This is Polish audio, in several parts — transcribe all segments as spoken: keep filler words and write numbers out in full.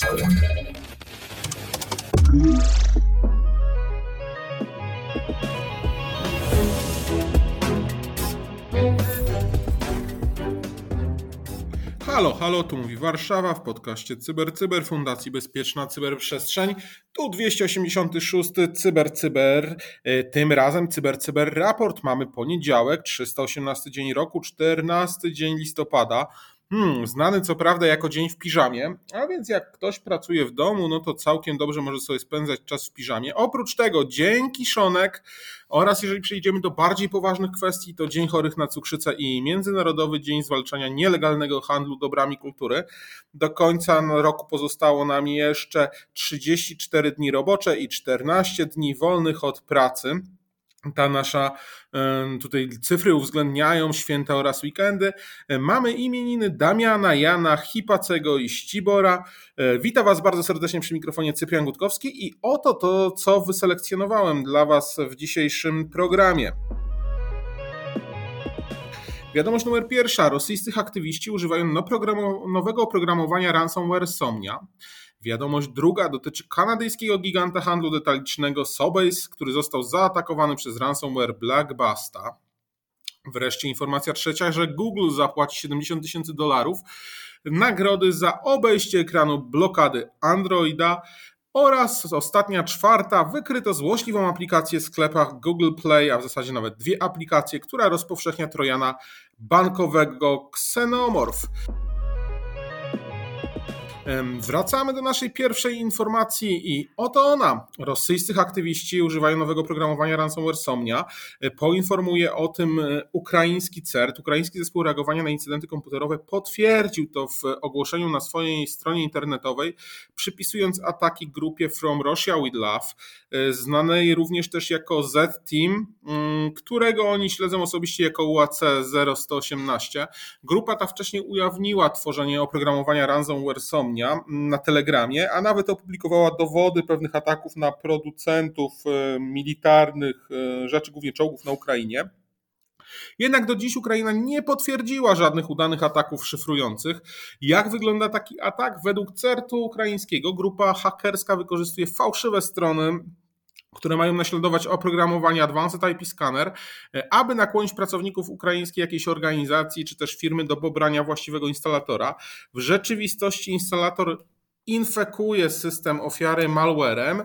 Halo, halo, tu mówi Warszawa w podcaście Cyber Cyber Fundacji Bezpieczna Cyberprzestrzeń. Tu dwieście osiemdziesiąty szósty Cyber Cyber. Tym razem Cyber Cyber Raport. Mamy poniedziałek, trzysta osiemnasty dzień roku, czternasty dzień listopada. Hmm, znany co prawda jako dzień w piżamie, a więc jak ktoś pracuje w domu, no to całkiem dobrze może sobie spędzać czas w piżamie. Oprócz tego dzień kiszonek oraz jeżeli przejdziemy do bardziej poważnych kwestii, to Dzień Chorych na Cukrzycę i Międzynarodowy Dzień Zwalczania Nielegalnego Handlu Dobrami Kultury. Do końca roku pozostało nam jeszcze trzydzieści cztery dni robocze i czternaście dni wolnych od pracy. Ta nasza tutaj cyfry uwzględniają święta oraz weekendy. Mamy imieniny Damiana, Jana, Hipacego i Ścibora. Witam Was bardzo serdecznie przy mikrofonie Cyprian Gutkowski i oto to, co wyselekcjonowałem dla Was w dzisiejszym programie. Wiadomość numer pierwsza. Rosyjscy aktywiści używają nowego oprogramowania ransomware Somnia. Wiadomość druga dotyczy kanadyjskiego giganta handlu detalicznego Sobeys, który został zaatakowany przez ransomware Blackbasta. Wreszcie informacja trzecia, że Google zapłaci siedemdziesiąt tysięcy dolarów nagrody za obejście ekranu blokady Androida. Oraz ostatnia, czwarta, wykryto złośliwą aplikację w sklepach Google Play, a w zasadzie nawet dwie aplikacje, która rozpowszechnia trojana bankowego Xenomorph. Wracamy do naszej pierwszej informacji i oto ona. Rosyjscy aktywiści używają nowego programowania ransomware Somnia. Poinformuje o tym ukraiński C E R T, Ukraiński Zespół Reagowania na Incydenty Komputerowe, potwierdził to w ogłoszeniu na swojej stronie internetowej, przypisując ataki grupie From Russia with Love, znanej również też jako Z-Team, którego oni śledzą osobiście jako U A C zero jeden osiem osiem. Grupa ta wcześniej ujawniła tworzenie oprogramowania ransomware Somnia na Telegramie, a nawet opublikowała dowody pewnych ataków na producentów militarnych rzeczy, głównie czołgów na Ukrainie. Jednak do dziś Ukraina nie potwierdziła żadnych udanych ataków szyfrujących. Jak wygląda taki atak? Według C E R T-u ukraińskiego grupa hakerska wykorzystuje fałszywe strony, które mają naśladować oprogramowanie Advanced I P Scanner, aby nakłonić pracowników ukraińskiej jakiejś organizacji czy też firmy do pobrania właściwego instalatora. W rzeczywistości instalator infekuje system ofiary malwarem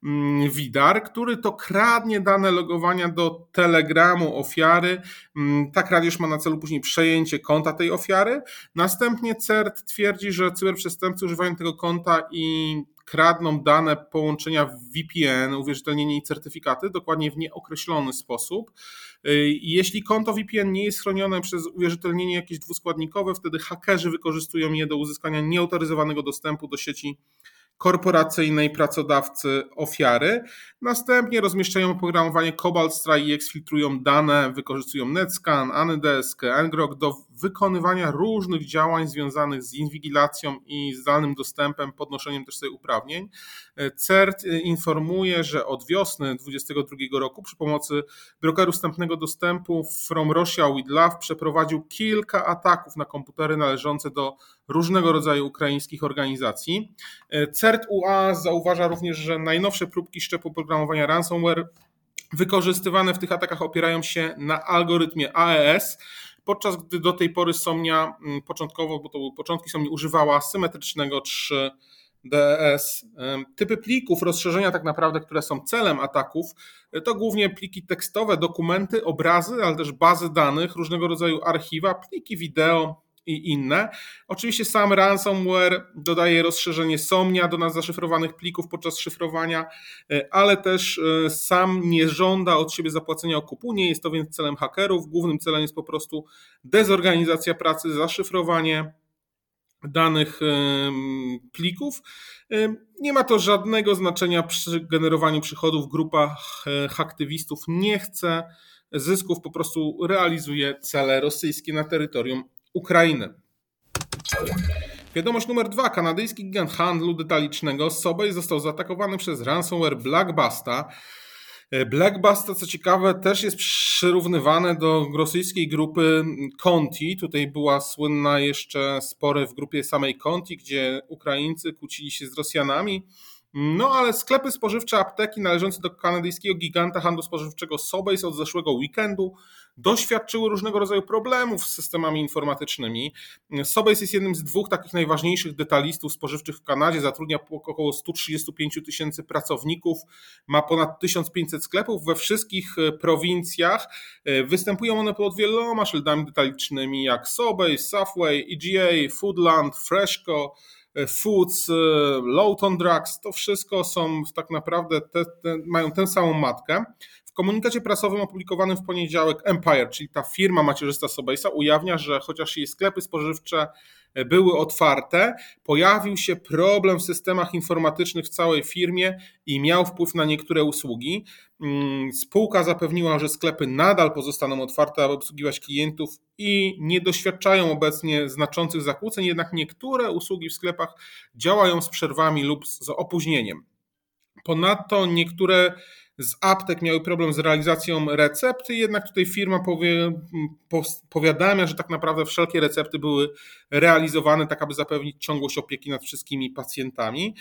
Widar, który to kradnie dane logowania do Telegramu ofiary. Ta kradzież ma na celu później przejęcie konta tej ofiary. Następnie C E R T twierdzi, że cyberprzestępcy używają tego konta i kradną dane połączenia w V P N, uwierzytelnienie i certyfikaty, dokładnie w nieokreślony sposób. Jeśli konto V P N nie jest chronione przez uwierzytelnienie jakieś dwuskładnikowe, wtedy hakerzy wykorzystują je do uzyskania nieautoryzowanego dostępu do sieci korporacyjnej pracodawcy ofiary. Następnie rozmieszczają oprogramowanie Cobalt Strike i eksfiltrują dane, wykorzystują NetScan, Anydesk, ngrok do wykonywania różnych działań związanych z inwigilacją i zdalnym dostępem, podnoszeniem też sobie uprawnień. C E R T informuje, że od wiosny dwudziestego drugiego roku przy pomocy brokeru wstępnego dostępu From Russia with Love przeprowadził kilka ataków na komputery należące do różnego rodzaju ukraińskich organizacji. C E R T U A zauważa również, że najnowsze próbki szczepu oprogramowania ransomware wykorzystywane w tych atakach opierają się na algorytmie A E S, podczas gdy do tej pory Somnia początkowo, bo to były początki, Somnia używała symetrycznego trzy D S. Typy plików, rozszerzenia tak naprawdę, które są celem ataków, to głównie pliki tekstowe, dokumenty, obrazy, ale też bazy danych, różnego rodzaju archiwa, pliki wideo i inne. Oczywiście sam ransomware dodaje rozszerzenie Somnia do nas zaszyfrowanych plików podczas szyfrowania, ale też sam nie żąda od siebie zapłacenia okupu, nie jest to więc celem hakerów. Głównym celem jest po prostu dezorganizacja pracy, zaszyfrowanie danych plików. Nie ma to żadnego znaczenia przy generowaniu przychodów. Grupa haktywistów nie chce zysków, po prostu realizuje cele rosyjskie na terytorium Ukrainy. Wiadomość numer dwa. Kanadyjski gigant handlu detalicznego Sobeys został zaatakowany przez ransomware Blackbasta. Blockbuster, co ciekawe, też jest przyrównywane do rosyjskiej grupy Conti. Tutaj była słynna jeszcze spory w grupie samej Conti, gdzie Ukraińcy kłócili się z Rosjanami. No ale sklepy spożywcze, apteki należące do kanadyjskiego giganta handlu spożywczego Sobeys od zeszłego weekendu doświadczyły różnego rodzaju problemów z systemami informatycznymi. Sobeys jest jednym z dwóch takich najważniejszych detalistów spożywczych w Kanadzie, zatrudnia około sto trzydzieści pięć tysięcy pracowników, ma ponad tysiąc pięćset sklepów we wszystkich prowincjach. Występują one pod wieloma szyldami detalicznymi jak Sobeys, Safeway, E G A, Foodland, Freshco, Foods, Lawton Drugs, to wszystko są tak naprawdę, te, te, mają tę samą matkę. W komunikacie prasowym opublikowanym w poniedziałek Empire, czyli ta firma macierzysta Sobeysa, ujawnia, że chociaż jej sklepy spożywcze były otwarte, pojawił się problem w systemach informatycznych w całej firmie i miał wpływ na niektóre usługi. Spółka zapewniła, że sklepy nadal pozostaną otwarte, aby obsługiwać klientów i nie doświadczają obecnie znaczących zakłóceń, jednak niektóre usługi w sklepach działają z przerwami lub z opóźnieniem. Ponadto niektóre z aptek miały problem z realizacją recepty, jednak tutaj firma powie, powiadamia, że tak naprawdę wszelkie recepty były realizowane tak, aby zapewnić ciągłość opieki nad wszystkimi pacjentami.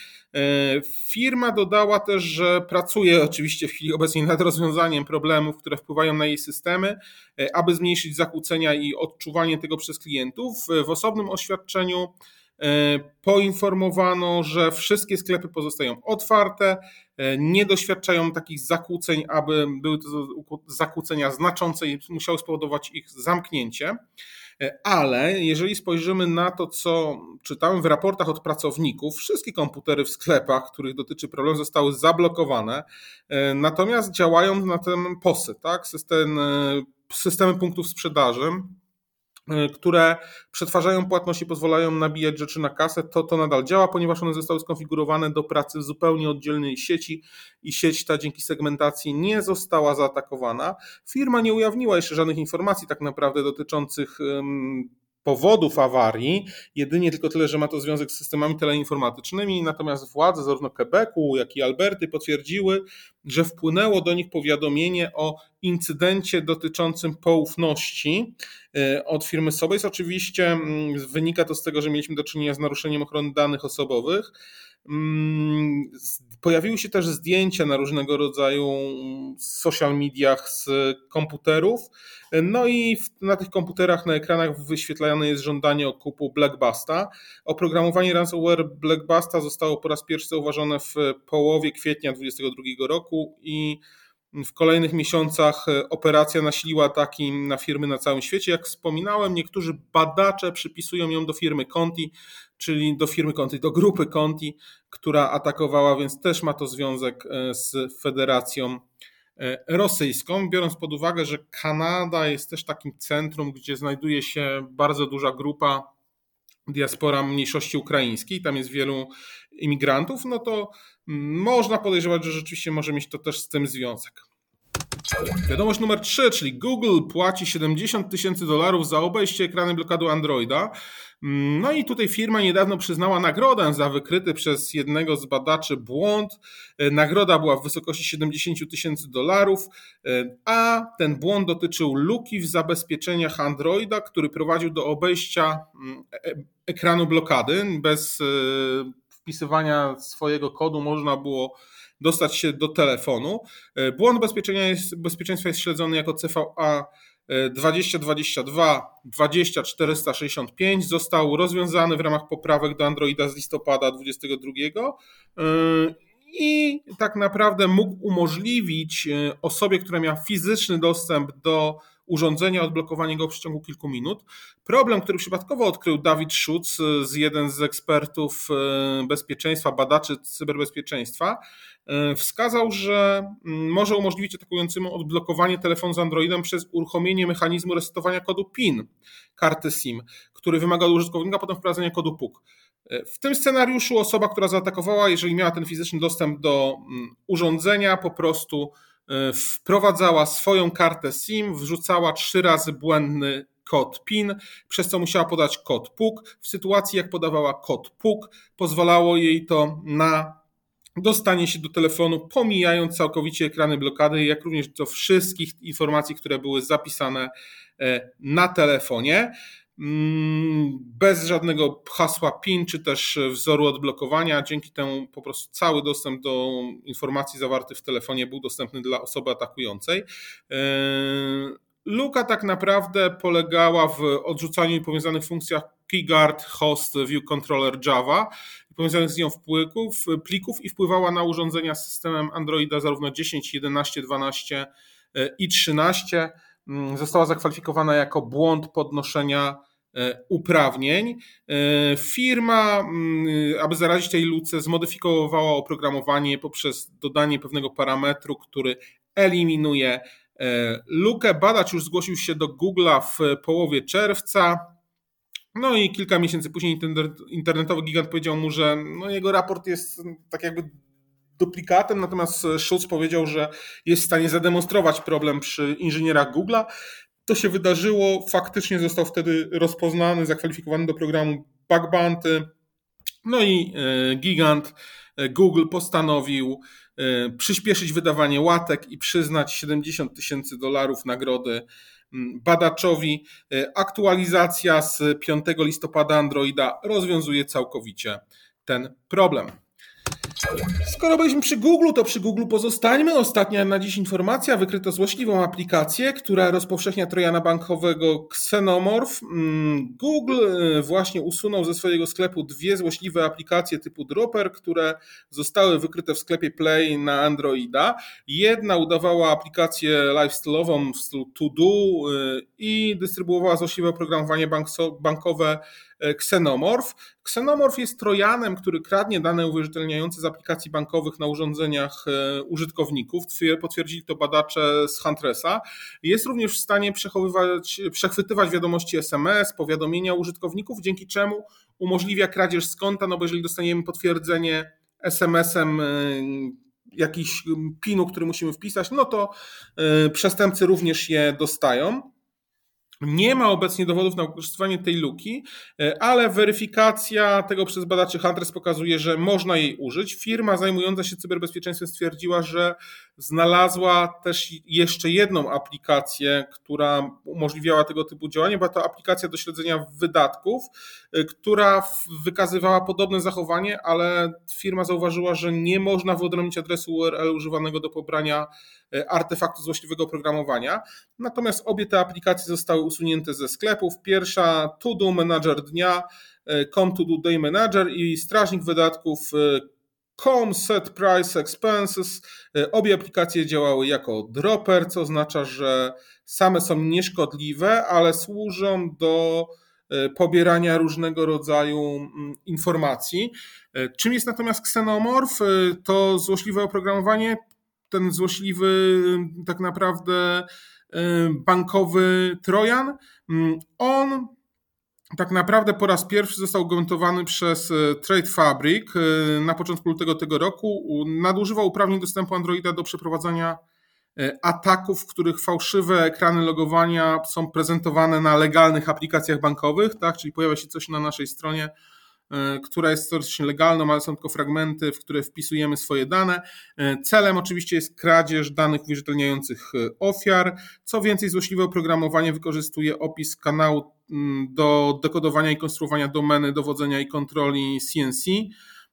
Firma dodała też, że pracuje oczywiście w chwili obecnej nad rozwiązaniem problemów, które wpływają na jej systemy, aby zmniejszyć zakłócenia i odczuwanie tego przez klientów. W osobnym oświadczeniu poinformowano, że wszystkie sklepy pozostają otwarte, nie doświadczają takich zakłóceń, aby były to zakłócenia znaczące i musiały spowodować ich zamknięcie. Ale jeżeli spojrzymy na to, co czytałem w raportach od pracowników, wszystkie komputery w sklepach, których dotyczy problem, zostały zablokowane, natomiast działają na tym P O S-y, tak? System, systemy punktów sprzedaży, które przetwarzają płatności, pozwalają nabijać rzeczy na kasę, to to nadal działa, ponieważ one zostały skonfigurowane do pracy w zupełnie oddzielnej sieci i sieć ta dzięki segmentacji nie została zaatakowana. Firma nie ujawniła jeszcze żadnych informacji tak naprawdę dotyczących powodów awarii, jedynie tylko tyle, że ma to związek z systemami teleinformatycznymi, natomiast władze zarówno Quebecu, jak i Alberty potwierdziły, że wpłynęło do nich powiadomienie o incydencie dotyczącym poufności od firmy Sobeys. Oczywiście wynika to z tego, że mieliśmy do czynienia z naruszeniem ochrony danych osobowych. Pojawiły się też zdjęcia na różnego rodzaju social mediach z komputerów, no i na tych komputerach na ekranach wyświetlane jest żądanie okupu Blockbusta. Oprogramowanie ransomware Blockbusta zostało po raz pierwszy zauważone w połowie kwietnia dwudziestego drugiego roku i w kolejnych miesiącach operacja nasiliła ataki na firmy na całym świecie. Jak wspominałem, niektórzy badacze przypisują ją do firmy Conti, czyli do firmy Conti, do grupy Conti, która atakowała, więc też ma to związek z Federacją Rosyjską, biorąc pod uwagę, że Kanada jest też takim centrum, gdzie znajduje się bardzo duża grupa diaspora mniejszości ukraińskiej, tam jest wielu imigrantów, no to można podejrzewać, że rzeczywiście może mieć to też z tym związek. Wiadomość numer trzy, czyli Google płaci siedemdziesiąt tysięcy dolarów za obejście ekrany blokady Androida. No i tutaj firma niedawno przyznała nagrodę za wykryty przez jednego z badaczy błąd. Nagroda była w wysokości siedemdziesiąt tysięcy dolarów, a ten błąd dotyczył luki w zabezpieczeniach Androida, który prowadził do obejścia ekranu blokady. Bez wpisywania swojego kodu można było dostać się do telefonu. Błąd bezpieczeństwa jest, bezpieczeństwa jest śledzony jako C V A dwadzieścia dwadzieścia dwa dwadzieścia czterysta sześćdziesiąt pięć. Został rozwiązany w ramach poprawek do Androida z listopada dwudziestego drugiego i tak naprawdę mógł umożliwić osobie, która miała fizyczny dostęp do urządzenia, odblokowanie go w przeciągu kilku minut. Problem, który przypadkowo odkrył Dawid Schutz, z jeden z ekspertów bezpieczeństwa, badaczy cyberbezpieczeństwa, wskazał, że może umożliwić atakującemu odblokowanie telefonu z Androidem przez uruchomienie mechanizmu resetowania kodu PIN karty SIM, który wymaga od użytkownika potem wprowadzenia kodu P U K. W tym scenariuszu osoba, która zaatakowała, jeżeli miała ten fizyczny dostęp do urządzenia, po prostu wprowadzała swoją kartę SIM, wrzucała trzy razy błędny kod PIN, przez co musiała podać kod P U K. W sytuacji, jak podawała kod P U K, pozwalało jej to na dostanie się do telefonu, pomijając całkowicie ekrany blokady, jak również do wszystkich informacji, które były zapisane na telefonie, bez żadnego hasła PIN czy też wzoru odblokowania. Dzięki temu po prostu cały dostęp do informacji zawartych w telefonie był dostępny dla osoby atakującej. Luka tak naprawdę polegała w odrzucaniu i powiązanych funkcjach KeyGuard, Host, View Controller Java i powiązanych z nią plików, plików i wpływała na urządzenia z systemem Androida zarówno dziesięć, jedenaście, dwanaście i trzynaście. Została zakwalifikowana jako błąd podnoszenia uprawnień. Firma, aby zaradzić tej luce, zmodyfikowała oprogramowanie poprzez dodanie pewnego parametru, który eliminuje lukę. Badacz już zgłosił się do Google'a w połowie czerwca. No i kilka miesięcy później internetowy gigant powiedział mu, że no jego raport jest tak jakby duplikatem, natomiast Schultz powiedział, że jest w stanie zademonstrować problem przy inżynierach Google'a. To się wydarzyło, faktycznie został wtedy rozpoznany, zakwalifikowany do programu Bug Bounty. No i gigant Google postanowił przyspieszyć wydawanie łatek i przyznać siedemdziesiąt tysięcy dolarów nagrody badaczowi. Aktualizacja z piątego listopada Androida rozwiązuje całkowicie ten problem. Skoro byliśmy przy Google, to przy Google pozostańmy. Ostatnia na dziś informacja. Wykryto złośliwą aplikację, która rozpowszechnia trojana bankowego Xenomorph. Google właśnie usunął ze swojego sklepu dwie złośliwe aplikacje typu Dropper, które zostały wykryte w sklepie Play na Androida. Jedna udawała aplikację lifestyle'ową w stylu To Do i dystrybuowała złośliwe oprogramowanie bankowe Xenomorph. Xenomorph jest trojanem, który kradnie dane uwierzytelniające z aplikacji bankowych na urządzeniach użytkowników. Potwierdzili to badacze z Huntresa. Jest również w stanie przechowywać, przechwytywać wiadomości S M S, powiadomienia użytkowników, dzięki czemu umożliwia kradzież z konta, no bo jeżeli dostaniemy potwierdzenie S M S-em jakiś pinu, który musimy wpisać, no to przestępcy również je dostają. Nie ma obecnie dowodów na wykorzystywanie tej luki, ale weryfikacja tego przez badaczy Huntress pokazuje, że można jej użyć. Firma zajmująca się cyberbezpieczeństwem stwierdziła, że znalazła też jeszcze jedną aplikację, która umożliwiała tego typu działanie. Była to aplikacja do śledzenia wydatków, która wykazywała podobne zachowanie, ale firma zauważyła, że nie można wyodrębnić adresu U R L używanego do pobrania artefaktu złośliwego oprogramowania. Natomiast obie te aplikacje zostały usunięte ze sklepów. Pierwsza To Do Manager dnia, Com To Do Day Manager i strażnik wydatków Com Set Price Expenses. Obie aplikacje działały jako dropper, co oznacza, że same są nieszkodliwe, ale służą do pobierania różnego rodzaju informacji. Czym jest natomiast Xenomorph? To złośliwe oprogramowanie, ten złośliwy tak naprawdę bankowy trojan. On tak naprawdę po raz pierwszy został ugruntowane przez Trade Fabric na początku lutego tego roku. Nadużywał uprawnień dostępu Androida do przeprowadzania ataków, w których fałszywe ekrany logowania są prezentowane na legalnych aplikacjach bankowych, tak? Czyli pojawia się coś na naszej stronie, która jest teoretycznie legalną, ale są tylko fragmenty, w które wpisujemy swoje dane. Celem oczywiście jest kradzież danych uwierzytelniających ofiar. Co więcej, złośliwe oprogramowanie wykorzystuje opis kanału do dekodowania i konstruowania domeny, dowodzenia i kontroli C N C.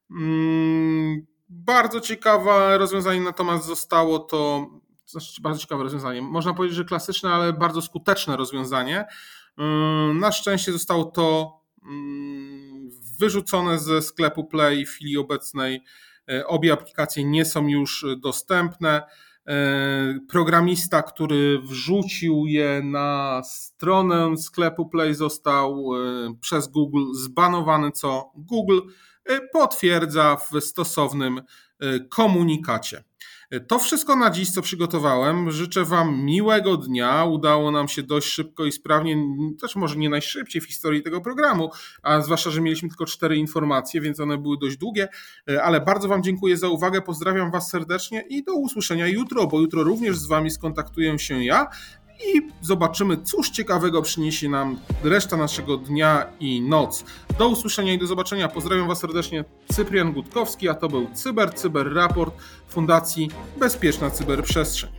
Bardzo ciekawe rozwiązanie, natomiast zostało to, znaczy bardzo ciekawe rozwiązanie, można powiedzieć, że klasyczne, ale bardzo skuteczne rozwiązanie. Na szczęście zostało to wyrzucone ze sklepu Play. W chwili obecnej obie aplikacje nie są już dostępne. Programista, który wrzucił je na stronę sklepu Play, został przez Google zbanowany, co Google potwierdza w stosownym komunikacie. To wszystko na dziś, co przygotowałem. Życzę Wam miłego dnia. Udało nam się dość szybko i sprawnie, też może nie najszybciej w historii tego programu, a zwłaszcza, że mieliśmy tylko cztery informacje, więc one były dość długie, ale bardzo Wam dziękuję za uwagę, pozdrawiam Was serdecznie i do usłyszenia jutro, bo jutro również z Wami skontaktuję się ja i zobaczymy, cóż ciekawego przyniesie nam reszta naszego dnia i noc. Do usłyszenia i do zobaczenia. Pozdrawiam Was serdecznie, Cyprian Gutkowski, a to był Cyber Cyber Raport Fundacji Bezpieczna Cyberprzestrzeń.